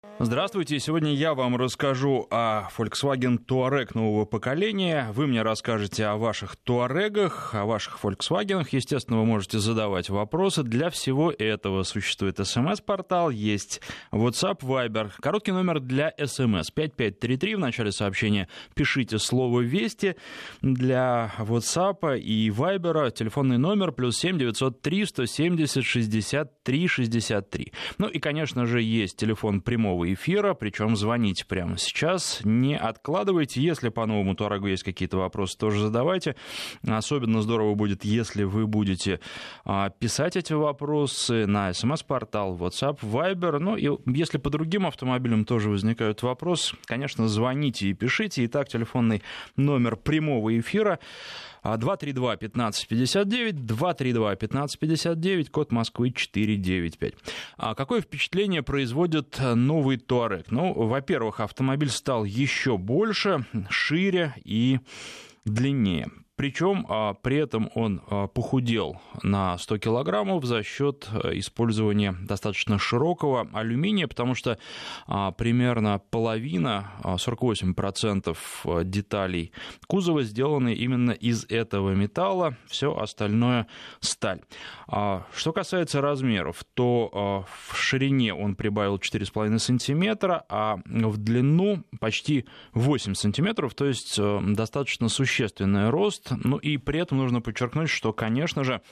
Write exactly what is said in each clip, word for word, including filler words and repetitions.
Здравствуйте, сегодня я вам расскажу о Volkswagen Touareg нового поколения. Вы мне расскажете о ваших Touareg'ах, о ваших Volkswagen'ах. Естественно, вы можете задавать вопросы. Для всего этого существует смс-портал, есть WhatsApp, Viber. Короткий номер для смс пять пять три три. В начале сообщения пишите слово «Вести». Для WhatsApp и Viber телефонный номер плюс семь девятьсот три сто семьдесят шестьдесят три шестьдесят три. Ну и, конечно же, есть телефон прямого эфира, причем звоните прямо сейчас, не откладывайте. Если по новому Touareg есть какие-то вопросы, тоже задавайте. Особенно здорово будет, если вы будете а, писать эти вопросы на смс-портал, WhatsApp, Viber. Ну и если по другим автомобилям тоже возникают вопросы, конечно, звоните и пишите. Итак, телефонный номер прямого эфира два три два пятнадцать пятьдесят девять, два три два пятнадцать пятьдесят девять, код Москвы четыре девять пять. А какое впечатление производит новый Touareg? Ну, во-первых, автомобиль стал еще больше, шире и длиннее. Причем а, при этом он а, похудел на сто килограммов за счет использования достаточно широкого алюминия, потому что а, примерно половина, а, сорок восемь процентов деталей кузова сделаны именно из этого металла, все остальное сталь. А, что касается размеров, то а, в ширине он прибавил четыре с половиной сантиметра, а в длину почти восемь сантиметров, то есть а, достаточно существенный рост. Ну и при этом нужно подчеркнуть, что, конечно же,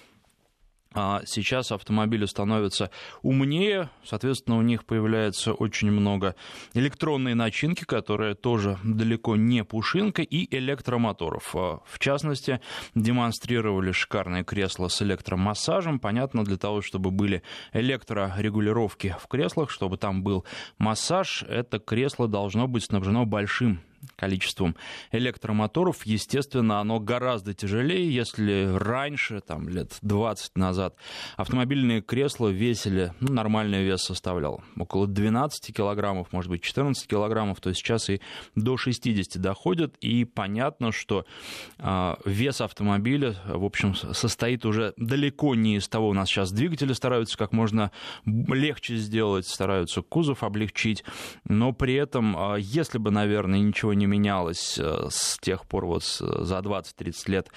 сейчас автомобили становятся умнее, соответственно, у них появляется очень много электронной начинки, которая тоже далеко не пушинка, и электромоторов. В частности, демонстрировали шикарные кресла с электромассажем. Понятно, для того, чтобы были электрорегулировки в креслах, чтобы там был массаж, это кресло должно быть снабжено большим количеством электромоторов. Естественно, оно гораздо тяжелее. Если раньше, там, лет двадцать назад, автомобильные кресла весили, ну, нормальный вес составлял около двенадцать килограммов, может быть, четырнадцать килограммов, то сейчас и до шестидесяти доходит. И понятно, что э, вес автомобиля, в общем, состоит уже далеко не из того. У нас сейчас двигатели стараются как можно легче сделать, стараются кузов облегчить, но при этом, э, если бы, наверное, ничего не менялось с тех пор, вот за двадцать-тридцать лет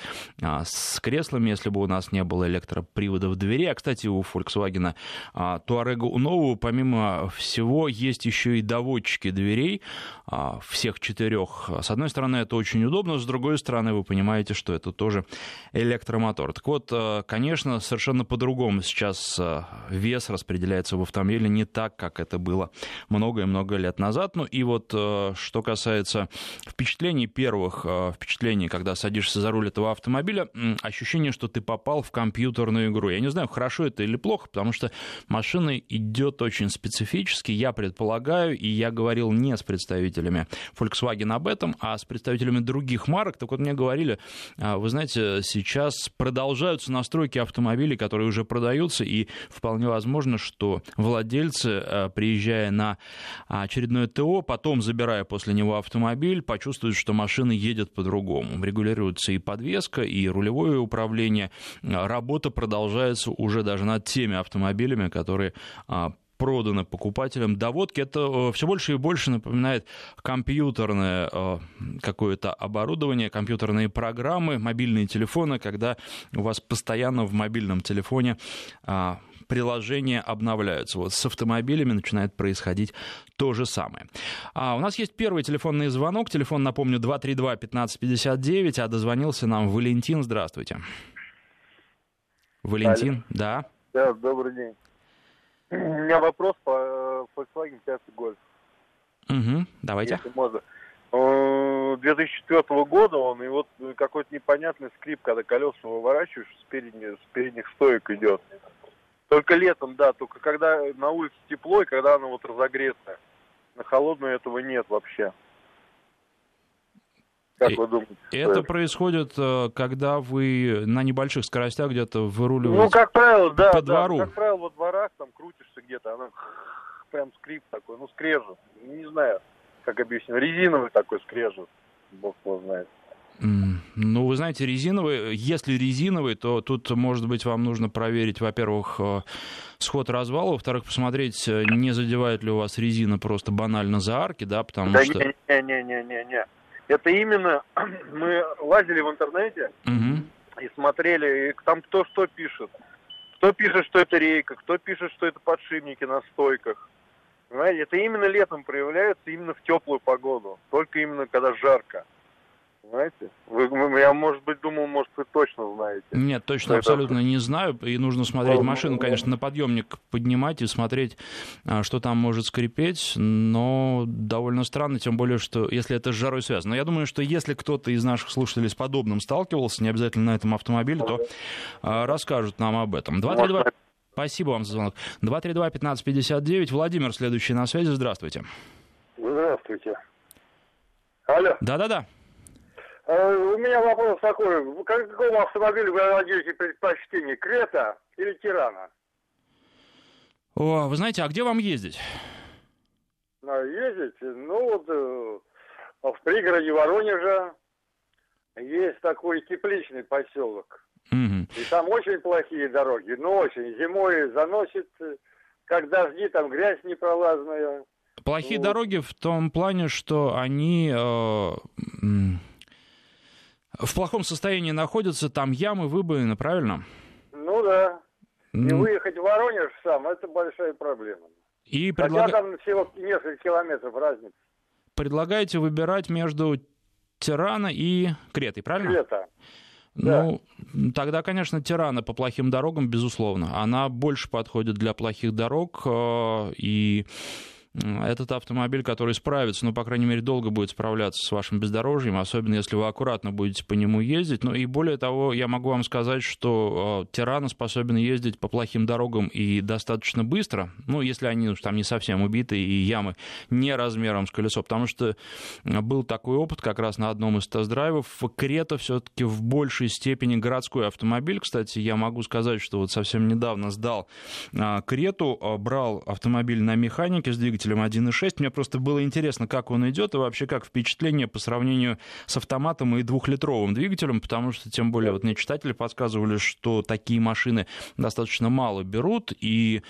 с креслами, если бы у нас не было электроприводов дверей. А, кстати, у Volkswagen Touareg у нового, помимо всего, есть еще и доводчики дверей, всех четырех. С одной стороны, это очень удобно, с другой стороны, вы понимаете, что это тоже электромотор. Так вот, конечно, совершенно по-другому сейчас вес распределяется в автомобиле, не так, как это было много и много лет назад. Ну и вот, что касается впечатлений, первых впечатлений, когда садишься за руль этого автомобиля, ощущение, что ты попал в компьютерную игру. Я не знаю, хорошо это или плохо, потому что машина идет очень специфически, я предполагаю, и я говорил не с представителями Volkswagen об этом, а с представителями других марок. Так вот, мне говорили, вы знаете, сейчас продолжаются настройки автомобилей, которые уже продаются, и вполне возможно, что владельцы, приезжая на очередное ТО, потом забирая после него автомобиль, почувствуют, что машина едет по-другому. Регулируется и подвеска, и рулевое управление. Работа продолжается уже даже над теми автомобилями, которые проданы покупателям. Доводки — это все больше и больше напоминает компьютерное какое-то оборудование, компьютерные программы, мобильные телефоны, когда у вас постоянно в мобильном телефоне приложения обновляются. Вот с автомобилями начинает происходить то же самое. А у нас есть первый телефонный звонок. Телефон, напомню, два три два пятнадцать пятьдесят девять, а дозвонился нам Валентин. Здравствуйте. Валентин, Алло. да. Да, добрый день. У меня вопрос по Volkswagen пятый Golf. Угу, давайте. Если можно. две тысячи четвёртого года он, и вот какой-то непонятный скрип, когда колеса выворачиваешь, с передних, с передних стоек идет. Только летом, да, только когда на улице тепло, и когда оно вот разогретое. На холодную этого нет вообще. Как и, вы думаете? Это это происходит, когда вы на небольших скоростях где-то выруливаете? Ну, как правило, да, по да, двору. Как правило, во дворах там крутишься где-то, оно прям скрип такой, ну, скрежет. Не знаю, как объяснить. Резиновый такой скрежет, бог его знает. Mm. Ну, вы знаете, резиновый, если резиновый, то тут, может быть, вам нужно проверить, во-первых, сход развала, во-вторых, посмотреть, не задевает ли у вас резина просто банально за арки, да, потому да что... Не-не-не-не-не-не. Это именно мы лазили в интернете угу. и смотрели, и там кто что пишет. Кто пишет, что это рейка, кто пишет, что это подшипники на стойках. Понимаете, это именно летом проявляется, именно в теплую погоду. Только именно когда жарко. Понимаете? Вы, я, может быть, думал, может, вы точно знаете. Нет, точно, абсолютно это... не знаю. И нужно смотреть ну, машину, конечно, на подъемник поднимать и смотреть, что там может скрипеть. Но довольно странно, тем более, что если это с жарой связано. Но я думаю, что если кто-то из наших слушателей с подобным сталкивался, не обязательно на этом автомобиле, то расскажут нам об этом. два три два... Спасибо вам за звонок. два три два пятнадцать пятьдесят девять. Владимир, следующий на связи. Здравствуйте. Здравствуйте. Алло. Да-да-да. У меня вопрос такой. К какому автомобилю вы отдаете предпочтение? Крета или Тирана? О, вы знаете, а где вам ездить? Ездить? Ну вот в пригороде Воронежа есть такой тепличный поселок. Угу. И там очень плохие дороги. Ну очень. Зимой заносит, как дожди, там грязь непролазная. Плохие вот. Дороги в том плане, что они... Э- в плохом состоянии находятся, там ямы, выбоины, правильно? Ну да. И mm. выехать в Воронеж сам, это большая проблема. И Хотя предлага... там всего несколько километров разницы. Предлагаете выбирать между Тирана и Кретой, правильно? Крета. Ну, да. Тогда, конечно, Тирана по плохим дорогам, безусловно. Она больше подходит для плохих дорог, и... Этот автомобиль, который справится, ну, по крайней мере, долго будет справляться с вашим бездорожьем, особенно если вы аккуратно будете по нему ездить. Ну, и более того, я могу вам сказать, что э, Тирана способен ездить по плохим дорогам и достаточно быстро, ну, если они уж там не совсем убиты и ямы не размером с колесо, потому что был такой опыт как раз на одном из тест-драйвов. Крета все-таки в большей степени городской автомобиль. Кстати, я могу сказать, что вот совсем недавно сдал э, Крету, э, брал автомобиль на механике с двигателем один и шесть. Мне просто было интересно, как он идет и вообще как впечатление по сравнению с автоматом и двухлитровым двигателем, потому что, тем более, вот мне читатели подсказывали, что такие машины достаточно мало берут, и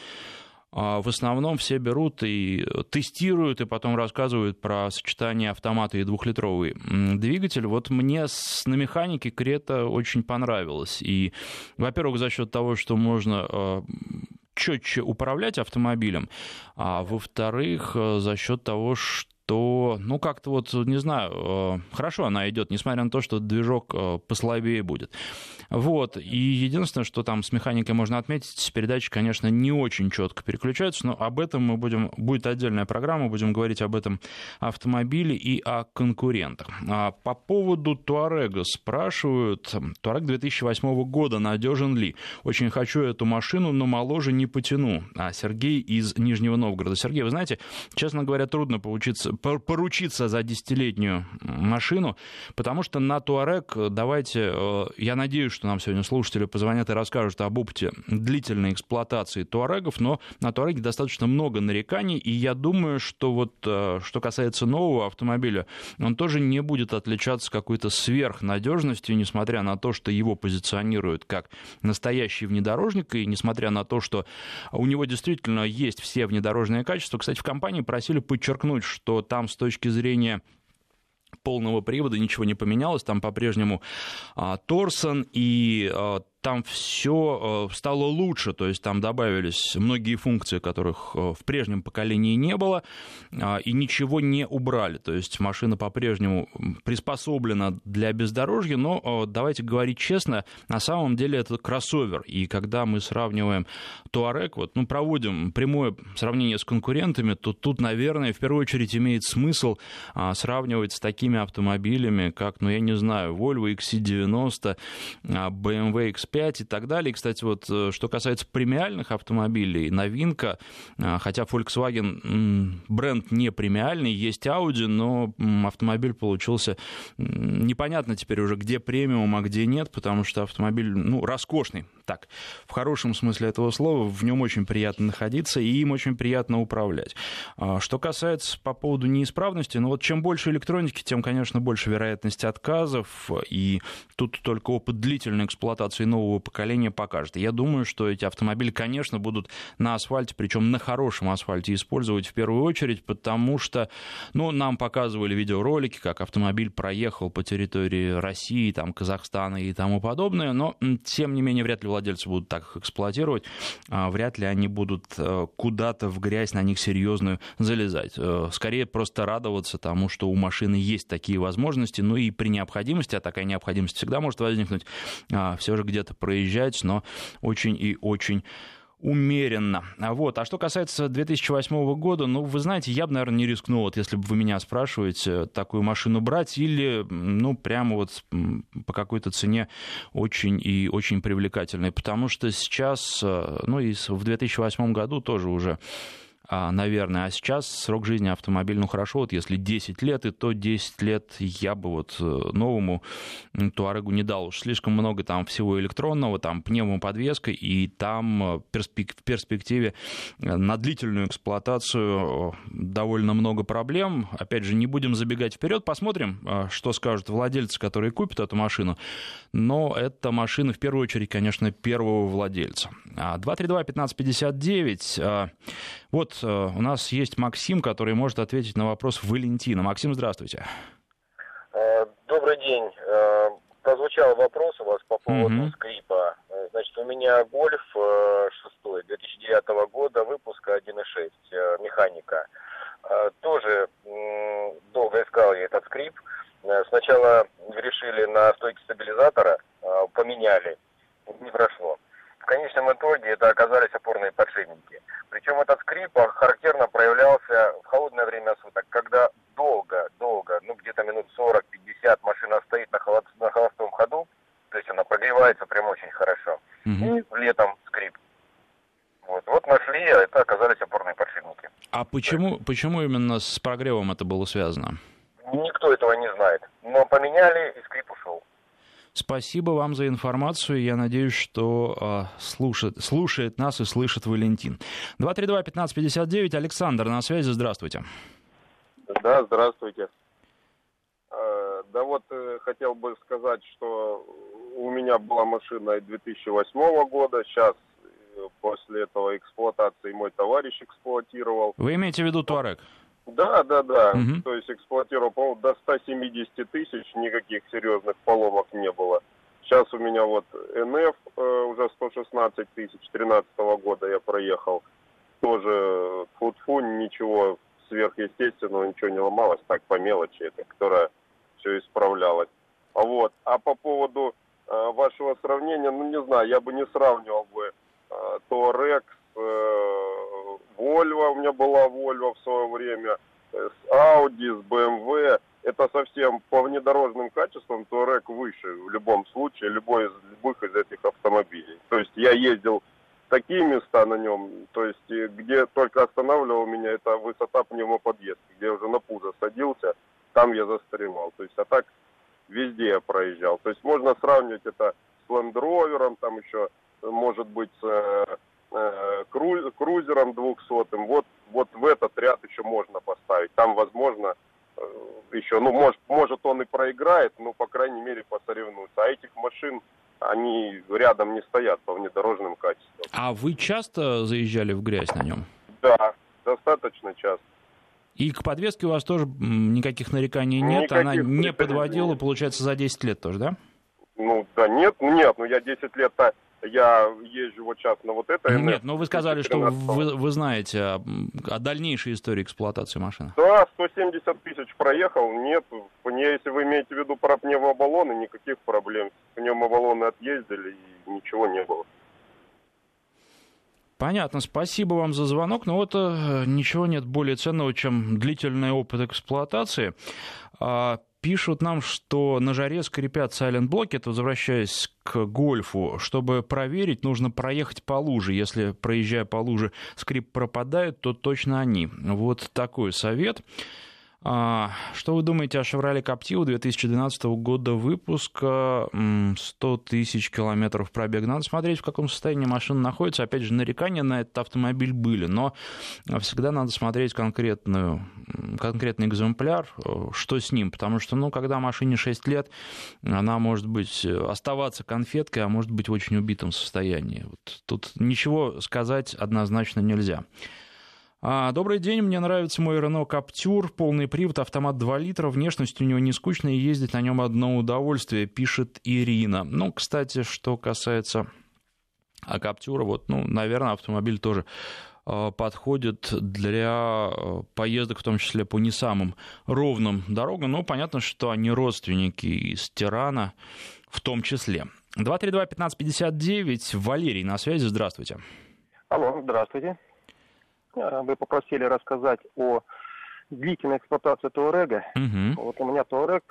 в основном все берут и тестируют, и потом рассказывают про сочетание автомата и двухлитровый двигатель. Вот мне с, на механике Крета очень понравилось. И, во-первых, за счет того, что можно четче управлять автомобилем, а во-вторых, за счет того, что, ну, как-то вот, не знаю, хорошо она идет, несмотря на то, что движок послабее будет. Вот, и единственное, что там с механикой можно отметить, передачи, конечно, не очень четко переключаются, но об этом мы будем, будет отдельная программа, будем говорить об этом автомобиле и о конкурентах. А по поводу Туарега спрашивают, Туарег две тысячи восьмого года, надежен ли? Очень хочу эту машину, но моложе не потяну. А Сергей из Нижнего Новгорода. Сергей, вы знаете, честно говоря, трудно поучиться, поручиться за десятилетнюю машину, потому что на Туарег, давайте, я надеюсь, что нам сегодня слушатели позвонят и расскажут об опыте длительной эксплуатации Туарегов, но на Туареге достаточно много нареканий, и я думаю, что вот что касается нового автомобиля, он тоже не будет отличаться какой-то сверхнадежностью, несмотря на то, что его позиционируют как настоящий внедорожник, и несмотря на то, что у него действительно есть все внедорожные качества. Кстати, в компании просили подчеркнуть, что там с точки зрения полного привода ничего не поменялось, там по-прежнему а, Торсон, и а, там все а, стало лучше, то есть там добавились многие функции, которых а, в прежнем поколении не было, а, и ничего не убрали, то есть машина по-прежнему приспособлена для бездорожья, но а, давайте говорить честно, на самом деле это кроссовер, и когда мы сравниваем Туарег, вот, ну, проводим прямое сравнение с конкурентами, то тут, наверное, в первую очередь имеет смысл а, сравнивать с такими автомобилями, как, ну, я не знаю, Volvo икс си девяносто, бэ эм вэ икс пять и так далее. И, кстати, вот что касается премиальных автомобилей, новинка, хотя Volkswagen бренд не премиальный, есть Audi, но автомобиль получился непонятно теперь уже, где премиум, а где нет, потому что автомобиль, ну, роскошный. Так, в хорошем смысле этого слова, в нем очень приятно находиться, и им очень приятно управлять. Что касается по поводу неисправности, ну вот чем больше электроники, тем, конечно, больше вероятность отказов, и тут только опыт длительной эксплуатации нового поколения покажет. Я думаю, что эти автомобили, конечно, будут на асфальте, причем на хорошем асфальте использовать в первую очередь, потому что, ну, нам показывали видеоролики, как автомобиль проехал по территории России, там, Казахстана и тому подобное, но, тем не менее, вряд ли владельцы будут так их эксплуатировать, вряд ли они будут куда-то в грязь на них серьезную залезать. Скорее просто радоваться тому, что у машины есть такие возможности, ну и при необходимости, а такая необходимость всегда может возникнуть, все же где-то проезжать, но очень и очень умеренно. Вот. А что касается две тысячи восьмого года, ну, вы знаете, я бы, наверное, не рискнул, вот, если бы вы меня спрашиваете, такую машину брать или, ну, прямо вот по какой-то цене очень и очень привлекательной, потому что сейчас, ну, и в две тысячи восьмом году тоже уже, наверное, а сейчас срок жизни автомобиля, ну хорошо, вот если десять лет, и то десять лет я бы вот новому Туарегу не дал. Уж слишком много там всего электронного, там пневмоподвеска, и там в перспективе на длительную эксплуатацию довольно много проблем. Опять же, не будем забегать вперед, посмотрим, что скажут владельцы, которые купят эту машину. Но это машина, в первую очередь, конечно, первого владельца. два три два пятнадцать пятьдесят девять. Вот у нас есть Максим, который может ответить на вопрос Валентина. Максим, здравствуйте. Добрый день. Прозвучал вопрос у вас по поводу mm-hmm. скрипа. Значит, у меня Гольф шестой две тысячи девятого года, выпуска один и шесть, механика. Тоже долго искал я этот скрип. Сначала решили на стойке стабилизатора, поменяли, не прошло. В конечном итоге это оказались опорные подшипники. Причем этот скрип характерно проявлялся в холодное время суток, когда долго-долго, ну где-то минут сорок-пятьдесят машина стоит на, холод, на холостом ходу, то есть она прогревается прям очень хорошо. Mm-hmm. И летом скрип. Вот, вот нашли, а это оказались опорные подшипники. А почему, почему именно с прогревом это было связано? Никто этого не знает. Но поменяли, и скрип ушел. Спасибо вам за информацию. Я надеюсь, что э, слушает, слушает нас и слышит Валентин. два три два пятнадцать пятьдесят девять. Александр на связи. Здравствуйте. Да, здравствуйте. Э, да вот э, хотел бы сказать, что у меня была машина две тысячи восьмого года. Сейчас э, после этого эксплуатации мой товарищ эксплуатировал. Вы имеете в виду Туарег? Да, да, да. Угу. То есть эксплуатировал, по-моему, до ста семидесяти тысяч, никаких серьезных поломок не было. Сейчас у меня вот эн эф э, уже сто шестнадцать тысяч, две тысячи тринадцатого года я проехал. Тоже фу-фу, ничего сверхъестественного, ничего не ломалось, так по мелочи, это которая все исправлялось. А вот, а по поводу э, вашего сравнения, ну не знаю, я бы не сравнивал бы э, Touareg с э, Volvo, у меня была Volvo в свое время, с Audi, с бэ эм вэ. Это совсем по внедорожным качествам Touareg выше в любом случае, любой из любых из этих автомобилей. То есть я ездил в такие места на нем, то есть где только останавливал меня, это высота пневмоподъездки, где я уже на пузо садился, там я застревал. То есть, а так везде я проезжал. То есть можно сравнивать это с Land Rover, там еще, может быть, с крузером двухсотым, вот, вот в этот ряд еще можно поставить. Там, возможно, еще, ну, может, может он и проиграет, но, по крайней мере, посоревнуется. А этих машин, они рядом не стоят по внедорожным качествам. А вы часто заезжали в грязь на нем? Да, достаточно часто. И к подвеске у вас тоже никаких нареканий нет? Никаких. Она не подводила, получается, за десять лет тоже, да? Ну, да нет, нет, ну я десять лет-то я езжу вот сейчас на вот это. Нет, но вы сказали, что вы, вы знаете о, о дальнейшей истории эксплуатации машины. Да, сто семьдесят тысяч проехал, нет, если вы имеете в виду про пневмобаллоны, никаких проблем. Пневмобаллоны отъездили и ничего не было. Понятно, спасибо вам за звонок, но вот ничего нет более ценного, чем длительный опыт эксплуатации. Пишут нам, что на жаре скрипят сайлент-блоки. Это возвращаясь к гольфу. Чтобы проверить, нужно проехать по луже. Если, проезжая по луже, скрип пропадает, то точно они. Вот такой совет. Что вы думаете о Chevrolet Captiva две тысячи двенадцатого года выпуска, сто тысяч километров пробега? Надо смотреть, в каком состоянии машина находится. Опять же, нарекания на этот автомобиль были, но всегда надо смотреть конкретную, конкретный экземпляр, что с ним, потому что, ну, когда машине шесть лет, она может быть оставаться конфеткой, а может быть в очень убитом состоянии. Вот тут ничего сказать однозначно нельзя. Добрый день, мне нравится мой Renault Captur, полный привод, автомат два литра, внешность у него не скучная, и ездить на нем одно удовольствие, пишет Ирина. Ну, кстати, что касается Captur, вот, ну, наверное, автомобиль тоже подходит для поездок, в том числе по не самым ровным дорогам, но понятно, что они родственники из Тирана в том числе. два три два пятнадцать пятьдесят девять, Валерий на связи, здравствуйте. Алло, здравствуйте. Вы попросили рассказать о длительной эксплуатации Туарега. Uh-huh. Вот у меня Туарег,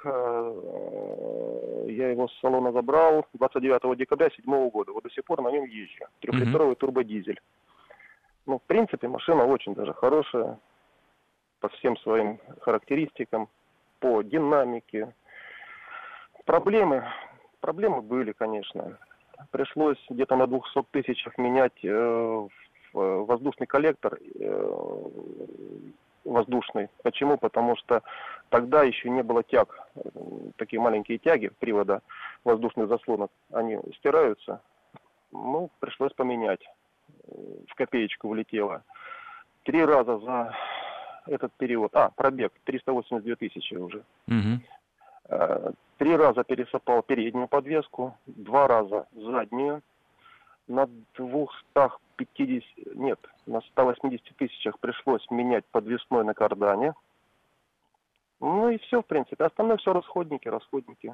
я его с салона забрал двадцать девятого декабря две тысячи седьмого года. Вот до сих пор на нем езжу. Трехлитровый uh-huh. турбодизель. Ну, в принципе, машина очень даже хорошая по всем своим характеристикам, по динамике. Проблемы, проблемы были, конечно. Пришлось где-то на двухстах тысячах менять э, воздушный коллектор э, воздушный. Почему? Потому что тогда еще не было тяг. Такие маленькие тяги привода воздушных заслонок, они стираются. Ну, пришлось поменять. В копеечку влетело. Три раза за этот период. А, пробег. триста восемьдесят две тысячи уже. Угу. Три раза пересыпал переднюю подвеску. Два раза заднюю. На двухстах пятидесяти, нет, на ста восьмидесяти тысячах пришлось менять подвесной на кардане. Ну и все, в принципе. Остальное все расходники, расходники.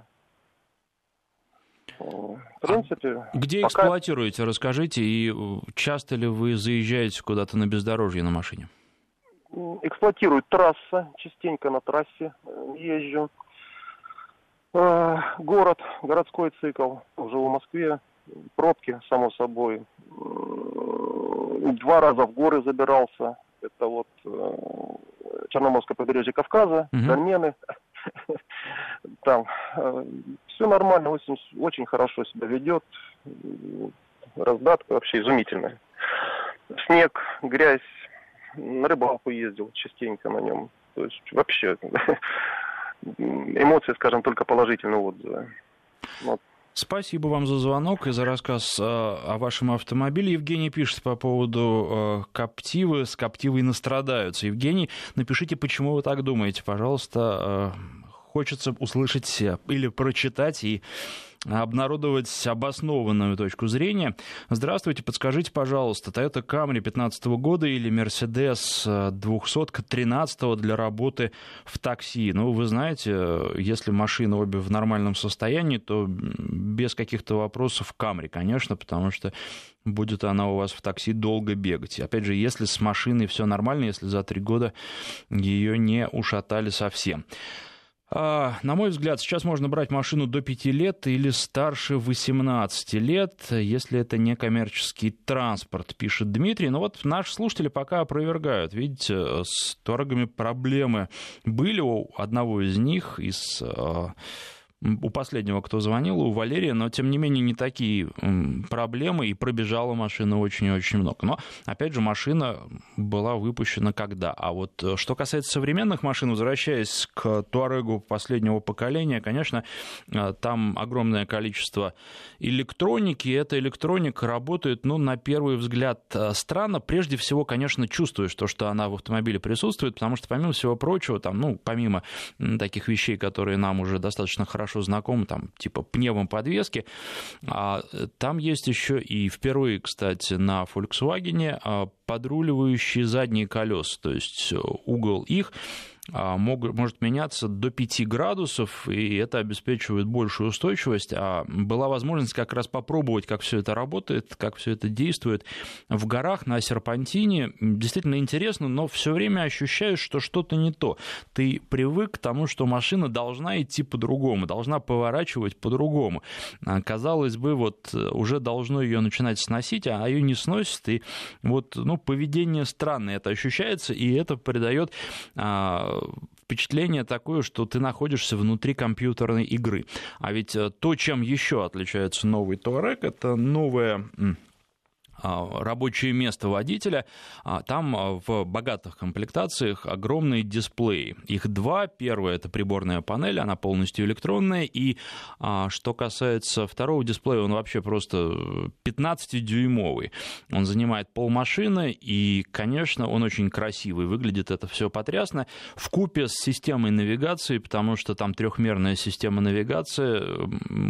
В принципе... Где пока... эксплуатируете, расскажите, и часто ли вы заезжаете куда-то на бездорожье на машине? Эксплуатирует трасса, частенько на трассе езжу. Город, городской цикл, живу в Москве. Пробки, само собой. Два раза в горы забирался. Это вот э, Черноморское побережье Кавказа, uh-huh. Дольмены. Там э, все нормально, очень, очень хорошо себя ведет. Раздатка вообще изумительная. Снег, грязь. На рыбалку ездил частенько на нем. То есть вообще эмоции, скажем, только положительные отзывы. Вот. Спасибо вам за звонок и за рассказ о вашем автомобиле. Евгений пишет по поводу Captiva. С Captiva настрадаются. Евгений, напишите, почему вы так думаете, пожалуйста. Хочется услышать или прочитать и обнародовать обоснованную точку зрения. Здравствуйте, подскажите, пожалуйста, Toyota Camry пятнадцатого года или Mercedes двухсотка тринадцатого для работы в такси? Ну, вы знаете, если машины обе в нормальном состоянии, то без каких-то вопросов Camry, конечно, потому что будет она у вас в такси долго бегать. И опять же, если с машиной все нормально, если за три года ее не ушатали совсем. На мой взгляд, сейчас можно брать машину до пяти лет или старше восемнадцати лет, если это не коммерческий транспорт, пишет Дмитрий. Но вот наши слушатели пока опровергают. Видите, с Туарегами проблемы были у одного из них, из... у последнего, кто звонил, у Валерия, но, тем не менее, не такие проблемы, и пробежала машина очень и очень много. Но, опять же, машина была выпущена когда? А вот что касается современных машин, возвращаясь к Туарегу последнего поколения, конечно, там огромное количество электроники, и эта электроника работает, ну, на первый взгляд, странно. Прежде всего, конечно, чувствуешь то, что она в автомобиле присутствует, потому что, помимо всего прочего, там, ну, помимо таких вещей, которые нам уже достаточно хорошо хорошо знакомы, там, типа пневмоподвески. А там есть еще и впервые, кстати, на Volkswagen подруливающие задние колеса, то есть угол их могут, может меняться до пяти градусов, и это обеспечивает большую устойчивость. А была возможность как раз попробовать, как все это работает, как все это действует в горах на серпантине. Действительно интересно, но все время ощущаешь, что что-то не то. Ты привык к тому, что машина должна идти по-другому, должна поворачивать по-другому. Казалось бы, вот уже должно ее начинать сносить, а ее не сносит, и вот, ну, поведение странное это ощущается, и это придает а, впечатление такое, что ты находишься внутри компьютерной игры. А ведь то, чем еще отличается новый Touareg, это новая рабочее место водителя. Там в богатых комплектациях огромные дисплеи. Их два. Первое — это приборная панель, она полностью электронная. И что касается второго дисплея, он вообще просто пятнадцатидюймовый. Он занимает полмашины, и, конечно, он очень красивый. Выглядит это все потрясно. Вкупе с системой навигации, потому что там трехмерная система навигации,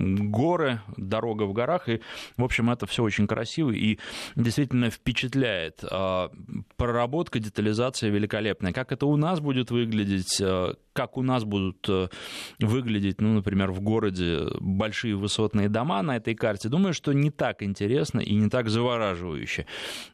горы, дорога в горах, и, в общем, это все очень красиво и действительно впечатляет. Проработка, детализация великолепная. Как это у нас будет выглядеть, как у нас будут выглядеть, ну, например, в городе большие высотные дома на этой карте, думаю, что не так интересно и не так завораживающе.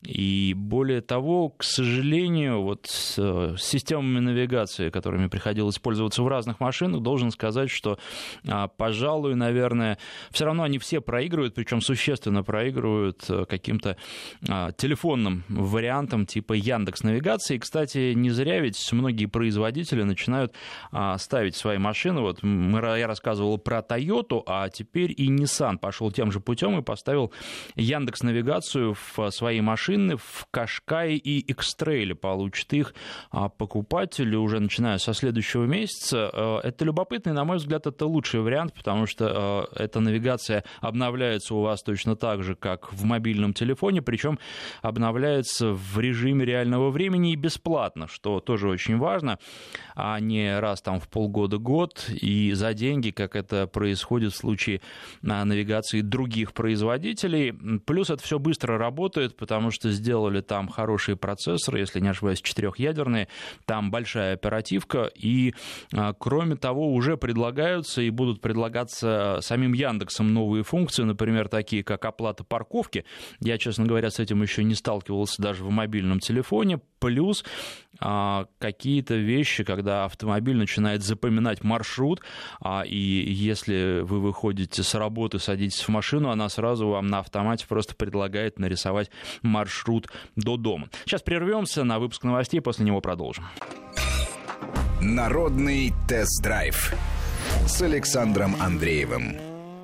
И более того, к сожалению, вот с системами навигации, которыми приходилось пользоваться в разных машинах, должен сказать, что, пожалуй, наверное, все равно они все проигрывают, причем существенно проигрывают каким-то телефонным вариантам типа Яндекс.Навигации. И, кстати, не зря ведь многие производители начинают ставить свои машины. Вот я рассказывал про Toyota, а теперь и Nissan пошел тем же путем и поставил Яндекс.Навигацию в свои машины, в Qashqai и X-Trail. Получат их покупатели уже начиная со следующего месяца. Это любопытно, и, на мой взгляд, это лучший вариант, потому что эта навигация обновляется у вас точно так же, как в мобильном телефоне, причем обновляется в режиме реального времени и бесплатно, что тоже очень важно, а не раз там в полгода-год и за деньги, как это происходит в случае навигации других производителей. Плюс это все быстро работает, потому что сделали там хорошие процессоры, если не ошибаюсь, четырехъядерные, там большая оперативка, и, кроме того, уже предлагаются и будут предлагаться самим Яндексом новые функции, например, такие как оплата парковки. Я, честно говоря, с этим еще не сталкивался даже в мобильном телефоне. Плюс а, какие-то вещи, когда автомобиль начинает запоминать маршрут, а, и если вы выходите с работы, садитесь в машину, она сразу вам на автомате просто предлагает нарисовать маршрут до дома. Сейчас прервемся на выпуск новостей, после него продолжим. Народный тест-драйв с Александром Андреевым.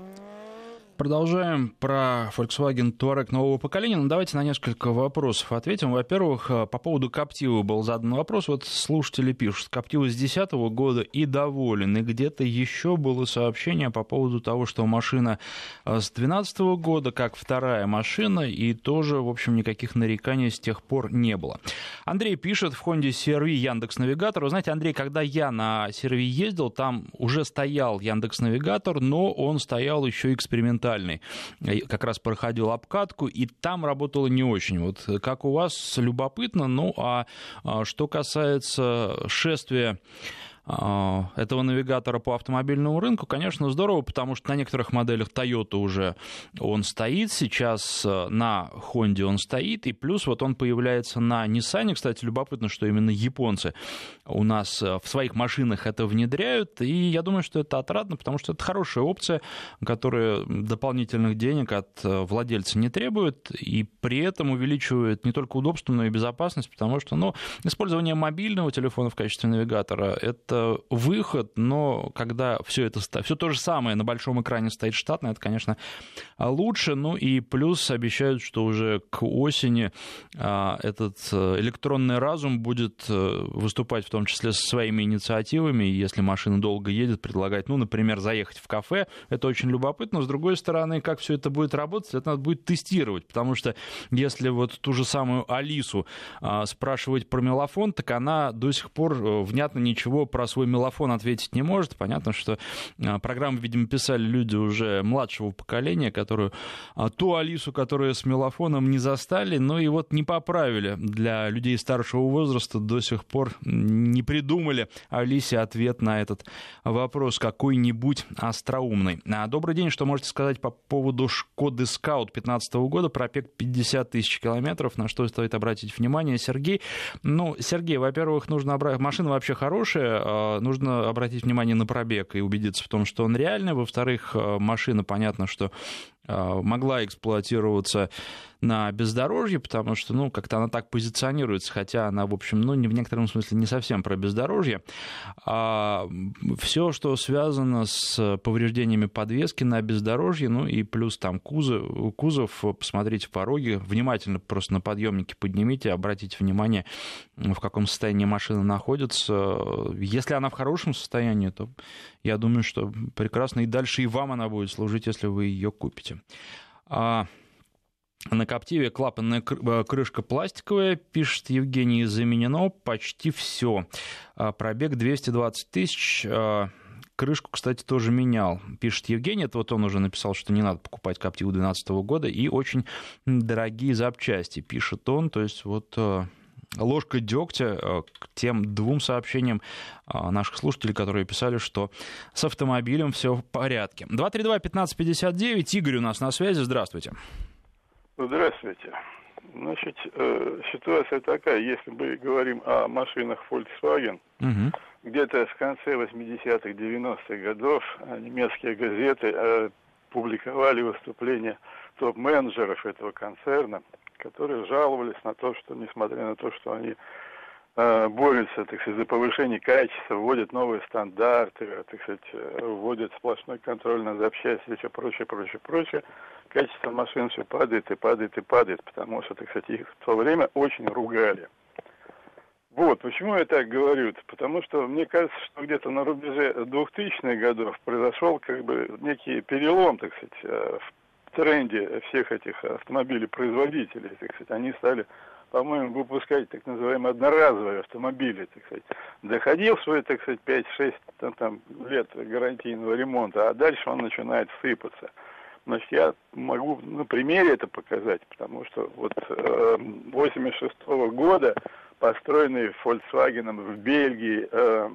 Продолжаем про Volkswagen Touareg нового поколения. Но давайте на несколько вопросов ответим. Во-первых, по поводу Captiva был задан вопрос. Вот слушатели пишут, Captiva с две тысячи десятого года и доволен. И где-то еще было сообщение по поводу того, что машина с две тысячи двенадцатого года, как вторая машина, и тоже, в общем, никаких нареканий с тех пор не было. Андрей пишет, в Honda си ар ви Яндекс.Навигатор. Вы знаете, Андрей, когда я на си ар ви ездил, там уже стоял Яндекс.Навигатор, но он стоял еще экспериментально. Как раз проходил обкатку, и там работало не очень. Вот как у вас, любопытно. Ну, а что касается шествия этого навигатора по автомобильному рынку, конечно, здорово, потому что на некоторых моделях Toyota уже он стоит, сейчас на Honda он стоит, и плюс вот он появляется на Nissan. Кстати, любопытно, что именно японцы у нас в своих машинах это внедряют, и я думаю, что это отрадно, потому что это хорошая опция, которая дополнительных денег от владельца не требует, и при этом увеличивает не только удобство, но и безопасность, потому что, ну, использование мобильного телефона в качестве навигатора — это выход, но когда все это, все то же самое на большом экране стоит штатно, это, конечно, лучше. Ну и плюс обещают, что уже к осени этот электронный разум будет выступать в том числе со своими инициативами, если машина долго едет, предлагать, ну, например, заехать в кафе. Это очень любопытно. Но, с другой стороны, как все это будет работать, это надо будет тестировать, потому что если вот ту же самую Алису спрашивать про мелофон, так она до сих пор внятно ничего про свой мелофон ответить не может. Понятно, что программу, видимо, писали люди уже младшего поколения, которую, ту Алису, которую с мелофоном не застали, но и вот не поправили. Для людей старшего возраста до сих пор не придумали Алисе ответ на этот вопрос какой-нибудь остроумный. Добрый день, что можете сказать по поводу Шкоды Скаут пятнадцатого года, пробег пятьдесят тысяч километров, на что стоит обратить внимание, Сергей? Ну, Сергей, во-первых, нужно обратить, машина вообще хорошая, нужно обратить внимание на пробег и убедиться в том, что он реальный. Во-вторых, машина, понятно, что могла эксплуатироваться на бездорожье, потому что, ну, как-то она так позиционируется, хотя она, в общем, ну, в некотором смысле не совсем про бездорожье. А все, что связано с повреждениями подвески на бездорожье, ну, и плюс там кузов, кузов, посмотрите пороги, внимательно просто на подъемнике поднимите, обратите внимание, в каком состоянии машина находится. Если она в хорошем состоянии, то я думаю, что прекрасно и дальше и вам она будет служить, если вы ее купите. А на Коптиве клапанная крышка пластиковая, пишет Евгений, заменено почти все. Пробег двести двадцать тысяч. Крышку, кстати, тоже менял, пишет Евгений. Это вот он уже написал, что не надо покупать Коптиву две тысячи двенадцатого года. И очень дорогие запчасти, пишет он. То есть вот ложка дегтя к тем двум сообщениям наших слушателей, которые писали, что с автомобилем все в порядке. два три два пятнадцать пятьдесят девять. Игорь у нас на связи. Здравствуйте. Здравствуйте. Значит, э, ситуация такая, если мы говорим о машинах Volkswagen, угу. где-то с конца восьмидесятых, девяностых годов немецкие газеты э, публиковали выступления топ-менеджеров этого концерна, которые жаловались на то, что, несмотря на то, что они э, борются, так сказать, за повышение качества, вводят новые стандарты, так сказать, вводят сплошной контроль на запчасти и все прочее, прочее, прочее, качество машин все падает и падает и падает, потому что, так сказать, их в то время очень ругали. Вот, почему я так говорю? Потому что мне кажется, что где-то на рубеже двухтысячных годов произошел как бы некий перелом, так сказать, в тренде всех этих автомобилей-производителей, так сказать. Они стали, по-моему, выпускать так называемые одноразовые автомобили, так сказать. Доходил свой, так сказать, пять-шесть там, там, лет гарантийного ремонта, а дальше он начинает сыпаться. Значит, я могу на примере это показать, потому что вот э, восемьдесят шестого года построенный Volkswagen в Бельгии э,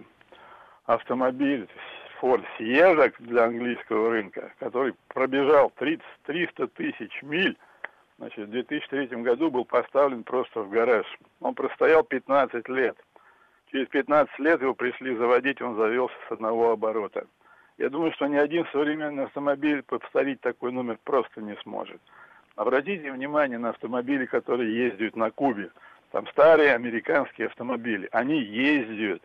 автомобиль Ford Sierra для английского рынка, который пробежал триста тысяч миль, значит, в две тысячи третьем году был поставлен просто в гараж. Он простоял пятнадцать лет. Через пятнадцать лет его пришли заводить, он завелся с одного оборота. Я думаю, что ни один современный автомобиль повторить такой номер просто не сможет. Обратите внимание на автомобили, которые ездят на Кубе. Там старые американские автомобили. Они ездят.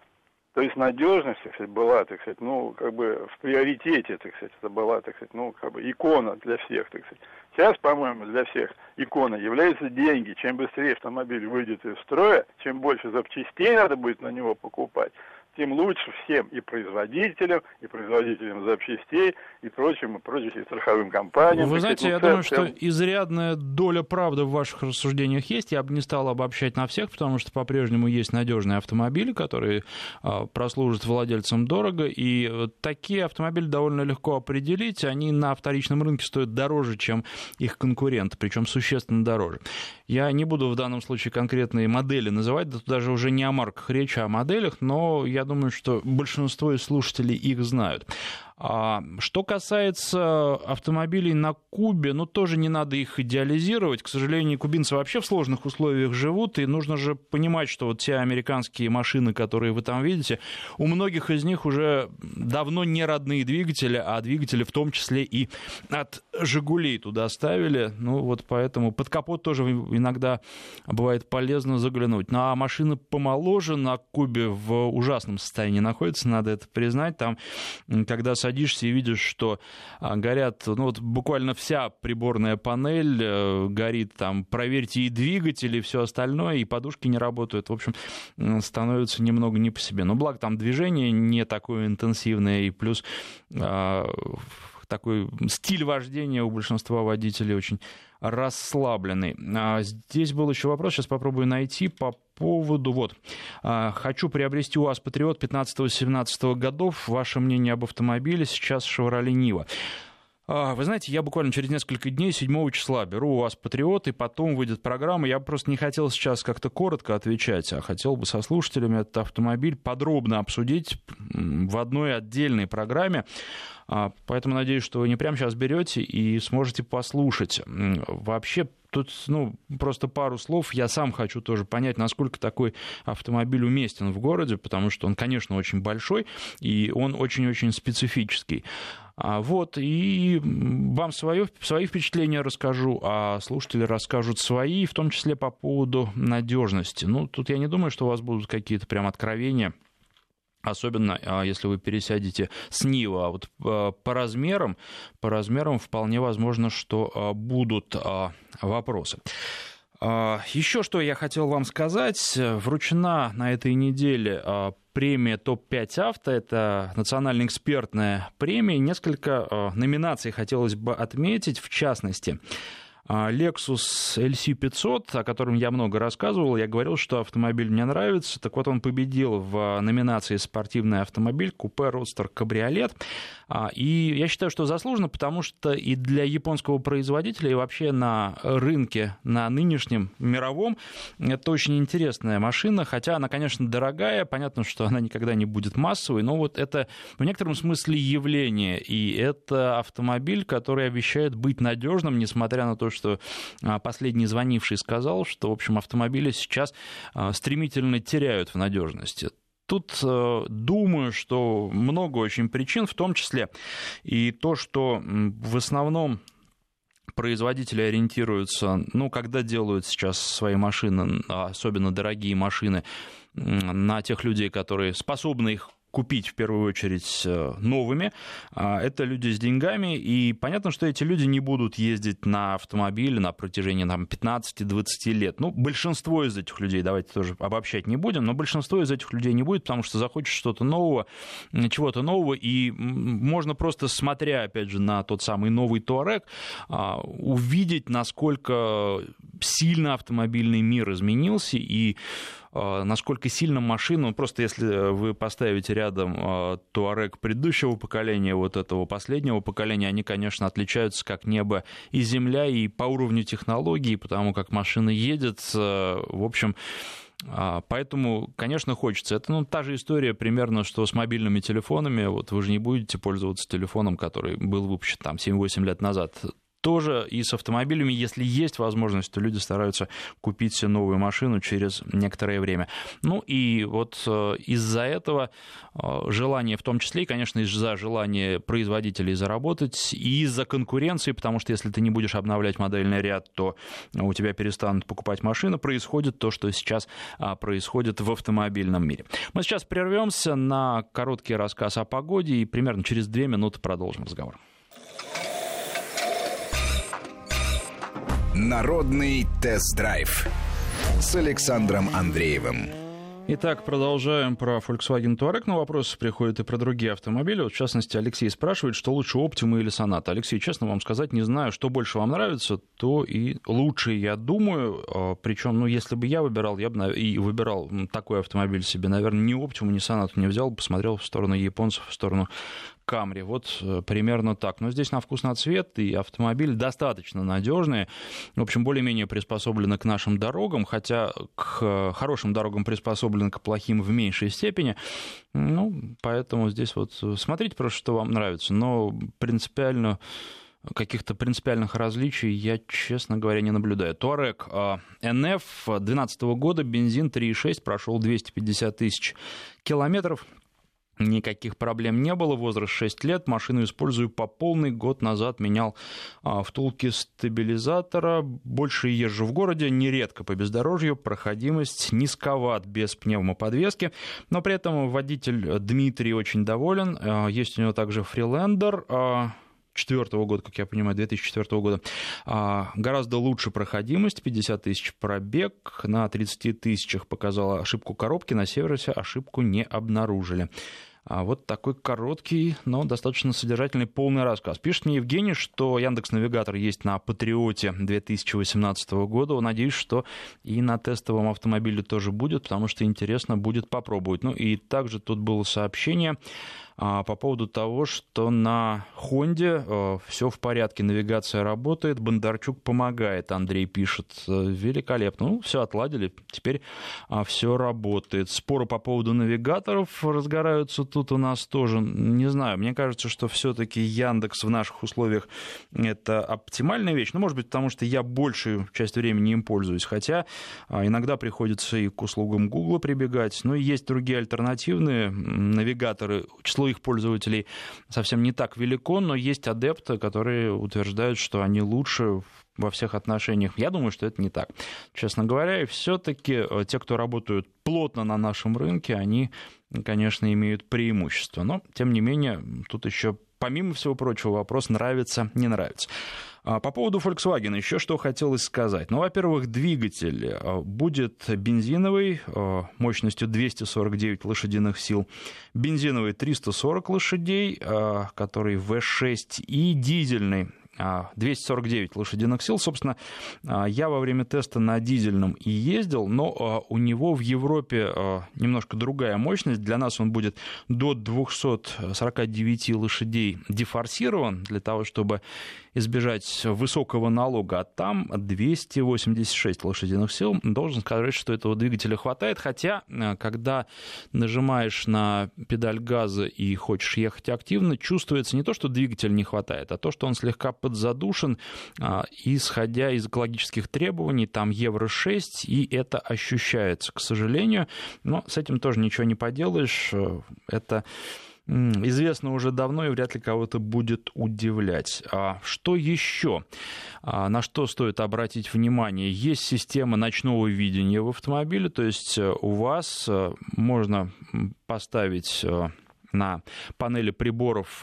То есть надежность, так сказать, была, так сказать, ну, как бы в приоритете, так сказать, это была, так сказать, ну, как бы икона для всех, так сказать. Сейчас, по-моему, для всех икона являются деньги. Чем быстрее автомобиль выйдет из строя, чем больше запчастей надо будет на него покупать, тем лучше всем, и производителям, и производителям запчастей, и прочим, и прочим, и страховым компаниям. Вы знаете, ну, я всем, думаю, всем... что изрядная доля правды в ваших рассуждениях есть. Я бы не стал обобщать на всех, потому что по-прежнему есть надежные автомобили, которые а, прослужат владельцам дорого, и такие автомобили довольно легко определить. Они на вторичном рынке стоят дороже, чем их конкуренты, причем существенно дороже. Я не буду в данном случае конкретные модели называть, да тут даже уже не о марках речь, а о моделях, но я думаю, что большинство из слушателей их знают. А что касается автомобилей на Кубе, ну, тоже не надо их идеализировать. К сожалению, кубинцы вообще в сложных условиях живут, и нужно же понимать, что вот те американские машины, которые вы там видите, у многих из них уже давно не родные двигатели, а двигатели в том числе и от «Жигулей» туда ставили. Ну, вот поэтому под капот тоже иногда бывает полезно заглянуть. Ну, а машины помоложе на Кубе в ужасном состоянии находятся, надо это признать. Там, когда садишься и видишь, что горят, ну вот буквально вся приборная панель горит, там, проверьте и двигатели, и все остальное, и подушки не работают, в общем, становится немного не по себе. Но благо там движение не такое интенсивное, и плюс а, такой стиль вождения у большинства водителей очень расслабленный. А здесь был еще вопрос, сейчас попробую найти по поводу, вот, хочу приобрести УАЗ Патриот пятнадцатого-семнадцатого годов. Ваше мнение об автомобиле, сейчас Chevrolet Niva. Вы знаете, я буквально через несколько дней, седьмого числа, беру у вас «Патриот», и потом выйдет программа. Я просто не хотел сейчас как-то коротко отвечать, а хотел бы со слушателями этот автомобиль подробно обсудить в одной отдельной программе. Поэтому надеюсь, что вы не прямо сейчас берете и сможете послушать. Вообще, тут, ну, просто пару слов. Я сам хочу тоже понять, насколько такой автомобиль уместен в городе, потому что он, конечно, очень большой, и он очень-очень специфический. Вот, и вам свое, свои впечатления расскажу, а слушатели расскажут свои, в том числе по поводу надежности. Ну, тут я не думаю, что у вас будут какие-то прям откровения, особенно если вы пересядете с Нива. А вот по размерам, по размерам вполне возможно, что будут вопросы. Еще что я хотел вам сказать. Вручена на этой неделе премия топ пять авто. Это национальная экспертная премия. Несколько номинаций хотелось бы отметить. В частности, Lexus эл си пятьсот, о котором я много рассказывал, я говорил, что автомобиль мне нравится. Так вот, он победил в номинации «Спортивный автомобиль», купе, родстер, кабриолет. И я считаю, что заслуженно, потому что и для японского производителя, и вообще на рынке, на нынешнем мировом, это очень интересная машина, хотя она, конечно, дорогая, понятно, что она никогда не будет массовой, но вот это в некотором смысле явление, и это автомобиль, который обещает быть надежным, несмотря на то, что последний звонивший сказал, что, в общем, автомобили сейчас стремительно теряют в надежности. Тут э, думаю, что много очень причин, в том числе и то, что в основном производители ориентируются, ну, когда делают сейчас свои машины, особенно дорогие машины, на тех людей, которые способны их купить в первую очередь новыми. Это люди с деньгами, и понятно, что эти люди не будут ездить на автомобиле на протяжении там, пятнадцати-двадцати лет. Ну, большинство из этих людей, давайте тоже обобщать не будем, но большинство из этих людей не будет, потому что захочет что-то нового, чего-то нового, и можно просто, смотря, опять же, на тот самый новый Touareg, увидеть, насколько сильно автомобильный мир изменился, и насколько сильно машина, просто если вы поставите рядом Touareg предыдущего поколения, вот этого последнего поколения, они, конечно, отличаются как небо и земля, и по уровню технологий, потому как машина едет, в общем... Поэтому, конечно, хочется. Это ну, та же история примерно, что с мобильными телефонами. Вот вы же не будете пользоваться телефоном, который был выпущен там семь-восемь лет назад. Тоже и с автомобилями, если есть возможность, то люди стараются купить себе новую машину через некоторое время. Ну и вот из-за этого желание, в том числе, и, конечно, из-за желания производителей заработать, и из-за конкуренции, потому что если ты не будешь обновлять модельный ряд, то у тебя перестанут покупать машины, происходит то, что сейчас происходит в автомобильном мире. Мы сейчас прервемся на короткий рассказ о погоде и примерно через две минуты продолжим разговор. Народный тест-драйв с Александром Андреевым. Итак, продолжаем про Volkswagen Touareg, но вопросы приходят и про другие автомобили. Вот, в частности, Алексей спрашивает, что лучше, Optima или Sonata. Алексей, честно вам сказать, не знаю, что больше вам нравится, то и лучше, я думаю. Причем, ну, если бы я выбирал, я бы и выбирал такой автомобиль себе, наверное, ни Optima, ни Sonata не взял, посмотрел в сторону японцев, в сторону Камри. Вот примерно так. Но здесь на вкус, на цвет, и автомобиль достаточно надежный. В общем, более-менее приспособлены к нашим дорогам, хотя к хорошим дорогам приспособлены, к плохим в меньшей степени. Ну, поэтому здесь вот смотрите просто, что вам нравится. Но принципиально... Каких-то принципиальных различий я, честно говоря, не наблюдаю. Touareg эн эф две тысячи двенадцатого года, бензин три и шесть, прошел двести пятьдесят тысяч километров. Никаких проблем не было, возраст шесть лет, машину использую по полный, год назад менял втулки стабилизатора, больше езжу в городе, нередко по бездорожью, проходимость низковат без пневмоподвески, но при этом водитель Дмитрий очень доволен, есть у него также Freelander, четвертого года, как я понимаю, две тысячи четвёртого года, гораздо лучше проходимость, пятьдесят тысяч пробег, на тридцати тысячах показала ошибку коробки, на Северосе ошибку не обнаружили. Вот такой короткий, но достаточно содержательный, полный рассказ. Пишет мне Евгений, что Яндекс.Навигатор есть на Патриоте две тысячи восемнадцатого года. Надеюсь, что и на тестовом автомобиле тоже будет, потому что интересно будет попробовать. Ну и также тут было сообщение по поводу того, что на Хонде э, все в порядке, навигация работает, Бондарчук помогает, Андрей пишет. Великолепно. Ну, все отладили, теперь э, все работает. Споры по поводу навигаторов разгораются тут у нас тоже. Не знаю, мне кажется, что все-таки Яндекс в наших условиях это оптимальная вещь. Ну, может быть, потому что я большую часть времени им пользуюсь, хотя э, иногда приходится и к услугам Гугла прибегать. Но есть другие альтернативные навигаторы, число их пользователей совсем не так велико, но есть адепты, которые утверждают, что они лучше во всех отношениях. Я думаю, что это не так, честно говоря. И все-таки те, кто работают плотно на нашем рынке, они, конечно, имеют преимущество. Но, тем не менее, тут еще, помимо всего прочего, вопрос нравится, не нравится. По поводу Volkswagen еще что хотелось сказать. Ну, во-первых, двигатель будет бензиновый мощностью двести сорок девять лошадиных сил, бензиновый триста сорок лошадей, который ви шесть, и дизельный двести сорок девять лошадиных сил. Собственно, я во время теста на дизельном и ездил, но у него в Европе немножко другая мощность. Для нас он будет до двухсот сорока девяти лошадей дефорсирован, для того, чтобы избежать высокого налога, а там двести восемьдесят шесть лошадиных сил. Должен сказать, что этого двигателя хватает, хотя, когда нажимаешь на педаль газа и хочешь ехать активно, чувствуется не то, что двигателя не хватает, а то, что он слегка подзадушен, исходя из экологических требований, там евро шесть, и это ощущается, к сожалению, но с этим тоже ничего не поделаешь, это известно уже давно и вряд ли кого-то будет удивлять. А что еще? А на что стоит обратить внимание? Есть система ночного видения в автомобиле, то есть у вас можно поставить на панели приборов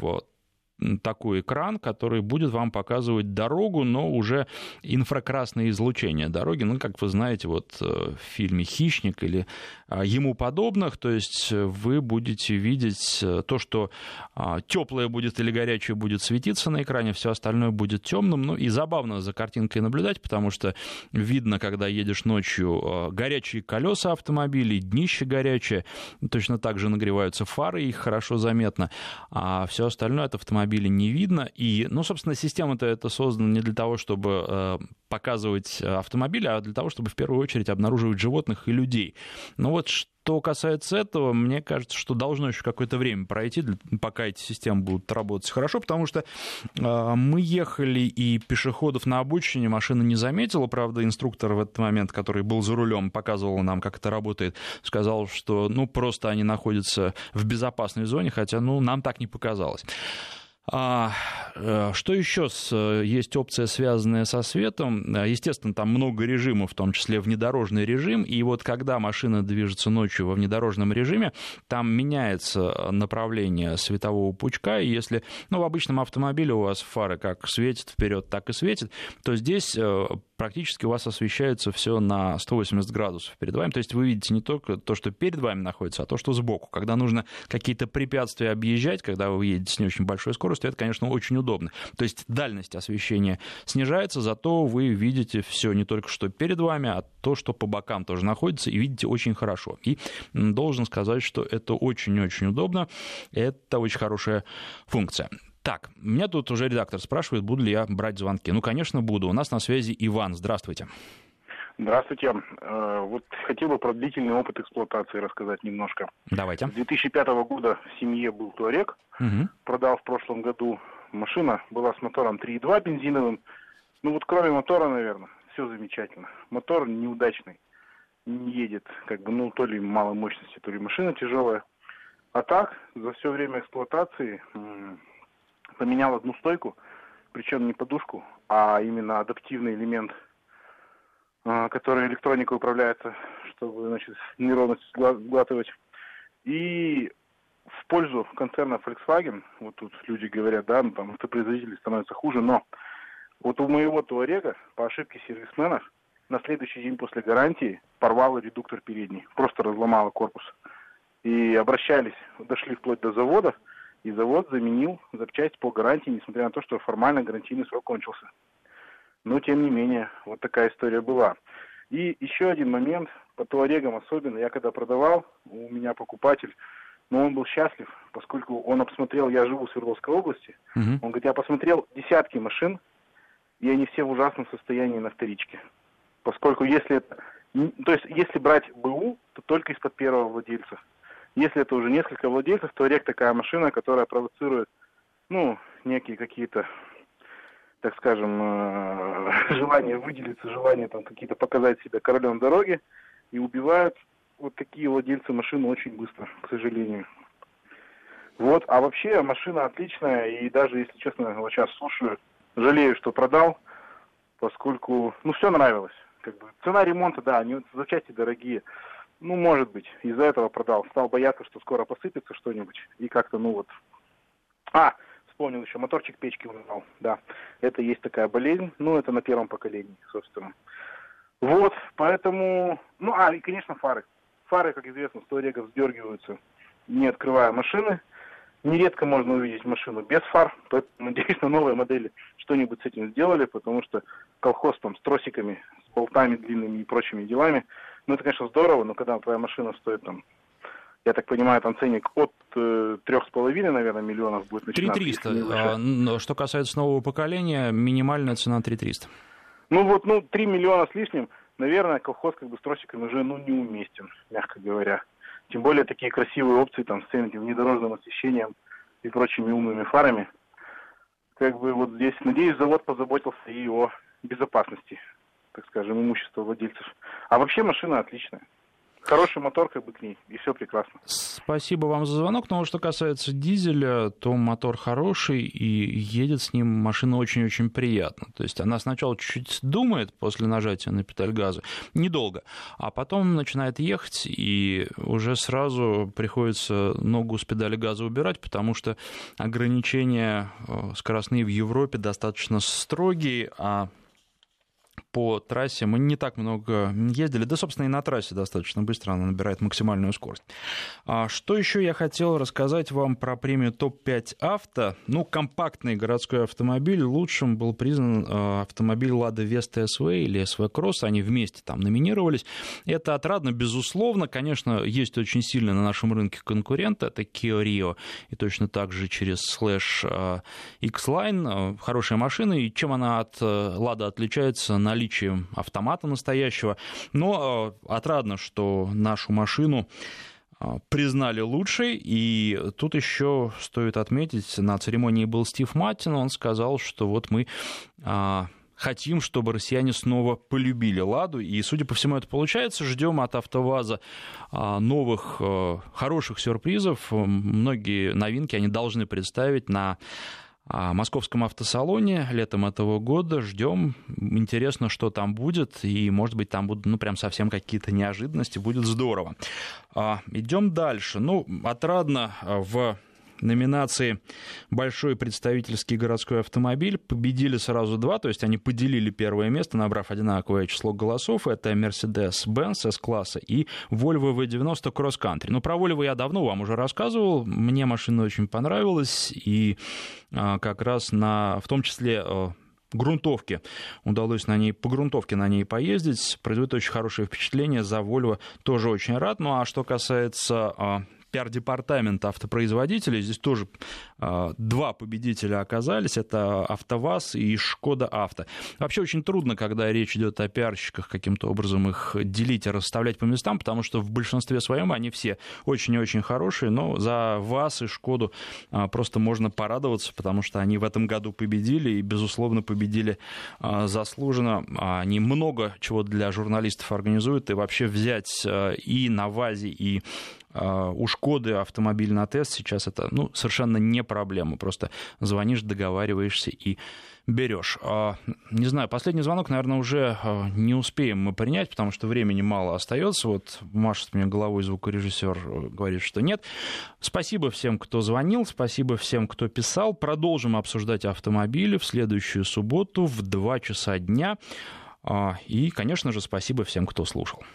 такой экран, который будет вам показывать дорогу, но уже инфракрасное излучение дороги, ну, как вы знаете, вот в фильме «Хищник» или ему подобных, то есть вы будете видеть то, что теплое будет или горячее будет светиться на экране, все остальное будет темным, ну, и забавно за картинкой наблюдать, потому что видно, когда едешь ночью, горячие колеса автомобилей, днище горячее, точно так же нагреваются фары, их хорошо заметно, а все остальное от автомобиля не видно. И, ну, собственно, система-то это создана не для того, чтобы э, показывать автомобили, а для того, чтобы в первую очередь обнаруживать животных и людей. Ну вот что касается этого, мне кажется, что должно еще какое-то время пройти, пока эти системы будут работать хорошо, потому что э, мы ехали, и пешеходов на обочине машина не заметила. Правда, инструктор в этот момент, который был за рулем, показывал нам, как это работает, сказал, что, ну, просто они находятся в безопасной зоне, хотя, ну, нам так не показалось. А, что еще есть опция, связанная со светом? Естественно, там много режимов, в том числе внедорожный режим, и вот когда машина движется ночью во внедорожном режиме, там меняется направление светового пучка, и если, ну, в обычном автомобиле у вас фары как светят вперед, так и светят, то здесь практически у вас освещается все на сто восемьдесят градусов перед вами, то есть вы видите не только то, что перед вами находится, а то, что сбоку. Когда нужно какие-то препятствия объезжать, когда вы едете с не очень большой скоростью, это, конечно, очень удобно. То есть дальность освещения снижается, зато вы видите все не только что перед вами, а то, что по бокам тоже находится, и видите очень хорошо. И должен сказать, что это очень-очень удобно, это очень хорошая функция. Так, меня тут уже редактор спрашивает, буду ли я брать звонки. Ну, конечно, буду. У нас на связи Иван. Здравствуйте. Здравствуйте. Вот хотел бы про длительный опыт эксплуатации рассказать немножко. Давайте. С две тысячи пятого года в семье был Туарек. Угу. Продал в прошлом году. Машина была с мотором три и два бензиновым. Ну вот кроме мотора, наверное, все замечательно. Мотор неудачный. Не едет, как бы, ну, то ли мало мощности, то ли машина тяжелая. А так, за все время эксплуатации поменял одну стойку, причем не подушку, а именно адаптивный элемент, который электроникой управляется, чтобы, значит, неровность сглатывать. И в пользу концерна Volkswagen, вот тут люди говорят, да, ну, там автопроизводители становятся хуже, но вот у моего Туарега по ошибке сервисмена на следующий день после гарантии порвало редуктор передний, просто разломало корпус. и обращались, дошли вплоть до завода, и завод заменил запчасть по гарантии, несмотря на то, что формально гарантийный срок кончился. Но, тем не менее, вот такая история была. И еще один момент, по Туарегам особенно, я когда продавал, у меня покупатель, но он был счастлив, поскольку он обсмотрел, я живу в Свердловской области, uh-huh. он говорит, я посмотрел десятки машин, и они все в ужасном состоянии на вторичке. Поскольку если это, то есть если брать БУ, то только из-под первого владельца. Если это уже несколько владельцев, то Туарег такая машина, которая провоцирует, ну, некие какие-то, так скажем, желание выделиться, желание там какие-то показать себя королем дороги, и убивают вот такие владельцы машины очень быстро, к сожалению. Вот, а вообще машина отличная, и даже, если честно, вот сейчас слушаю, жалею, что продал, поскольку, ну, все нравилось. Как бы цена ремонта, да, они запчасти дорогие. Ну, может быть, из-за этого продал. Стал бояться, что скоро посыпется что-нибудь. И как-то, ну вот... А, вспомнил еще, моторчик печки узнал. Да, это есть такая болезнь. Ну, это на первом поколении, собственно. Вот, поэтому... Ну, а, и, конечно, фары. Фары, как известно, с Туарегов сдергиваются, не открывая машины. Нередко можно увидеть машину без фар. Поэтому, надеюсь, на новой модели что-нибудь с этим сделали, потому что колхоз там с тросиками, с болтами длинными и прочими делами. Ну, это, конечно, здорово, но когда твоя машина стоит там, я так понимаю, там ценник от э, трех с половиной, наверное, миллионов будет начинаться. три триста. А, что касается нового поколения, минимальная цена три триста. Ну вот, ну, три миллиона с лишним, наверное, колхоз как бы с тросиками уже, ну, неуместен, мягко говоря. Тем более такие красивые опции, там, с этим внедорожным освещением и прочими умными фарами. Как бы вот здесь, надеюсь, завод позаботился и о безопасности, так скажем, имущества владельцев. А вообще машина отличная. Хороший мотор, как бы к ней, и все прекрасно. Спасибо вам за звонок. Но что касается дизеля, то мотор хороший, и едет с ним машина очень-очень приятно. То есть она сначала чуть-чуть думает после нажатия на педаль газа, недолго, а потом начинает ехать, и уже сразу приходится ногу с педали газа убирать, потому что ограничения скоростные в Европе достаточно строгие, а по трассе мы не так много ездили, да, собственно, и на трассе достаточно быстро она набирает максимальную скорость. А что еще я хотел рассказать вам про премию топ пять авто? Ну, компактный городской автомобиль. Лучшим был признан автомобиль Lada Vesta эс ви или эс ви Cross. Они вместе там номинировались. Это отрадно, безусловно. Конечно, есть очень сильно на нашем рынке конкуренты. Это Kia Rio и точно так же через Slash X-Line. Хорошая машина. И чем она от Lada отличается? Наличием автомата настоящего, но э, отрадно, что нашу машину э, признали лучшей, и тут еще стоит отметить, на церемонии был Стив Маттин, он сказал, что вот мы э, хотим, чтобы россияне снова полюбили «Ладу», и, судя по всему, это получается. Ждем от «АвтоВАЗа» э, новых э, хороших сюрпризов, многие новинки они должны представить на в Московском автосалоне летом этого года. Ждем. Интересно, что там будет. И, может быть, там будут, ну, прям совсем какие-то неожиданности. Будет здорово. Идем дальше. Ну, отрадно в номинации «Большой представительский городской автомобиль» победили сразу два, то есть они поделили первое место, набрав одинаковое число голосов. Это Mercedes-Benz S-класса и Volvo ви девяносто Cross Country. Ну, про Volvo я давно вам уже рассказывал, мне машина очень понравилась, и а, как раз на, в том числе... А, грунтовке. Удалось на ней, по грунтовке на ней поездить. Производит очень хорошее впечатление. За Volvo тоже очень рад. Ну, а что касается а, пиар-департамента автопроизводителей, здесь тоже а, два победителя оказались. Это АвтоВАЗ и Шкода Авто. Вообще очень трудно, когда речь идет о пиарщиках, каким-то образом их делить и расставлять по местам, потому что в большинстве своем они все очень и очень хорошие, но за ВАЗ и Шкоду а, просто можно порадоваться, потому что они в этом году победили и, безусловно, победили а, заслуженно. Они много чего для журналистов организуют, и вообще взять а, и на ВАЗе, и у Шкоды автомобиль на тест сейчас это, ну, совершенно не проблема. Просто звонишь, договариваешься и берешь. Не знаю, последний звонок, наверное, уже не успеем мы принять, потому что времени мало остается. Вот машет мне головой звукорежиссер, говорит, что нет. Спасибо всем, кто звонил, спасибо всем, кто писал. Продолжим обсуждать автомобили в следующую субботу в два часа дня. И, конечно же, спасибо всем, кто слушал.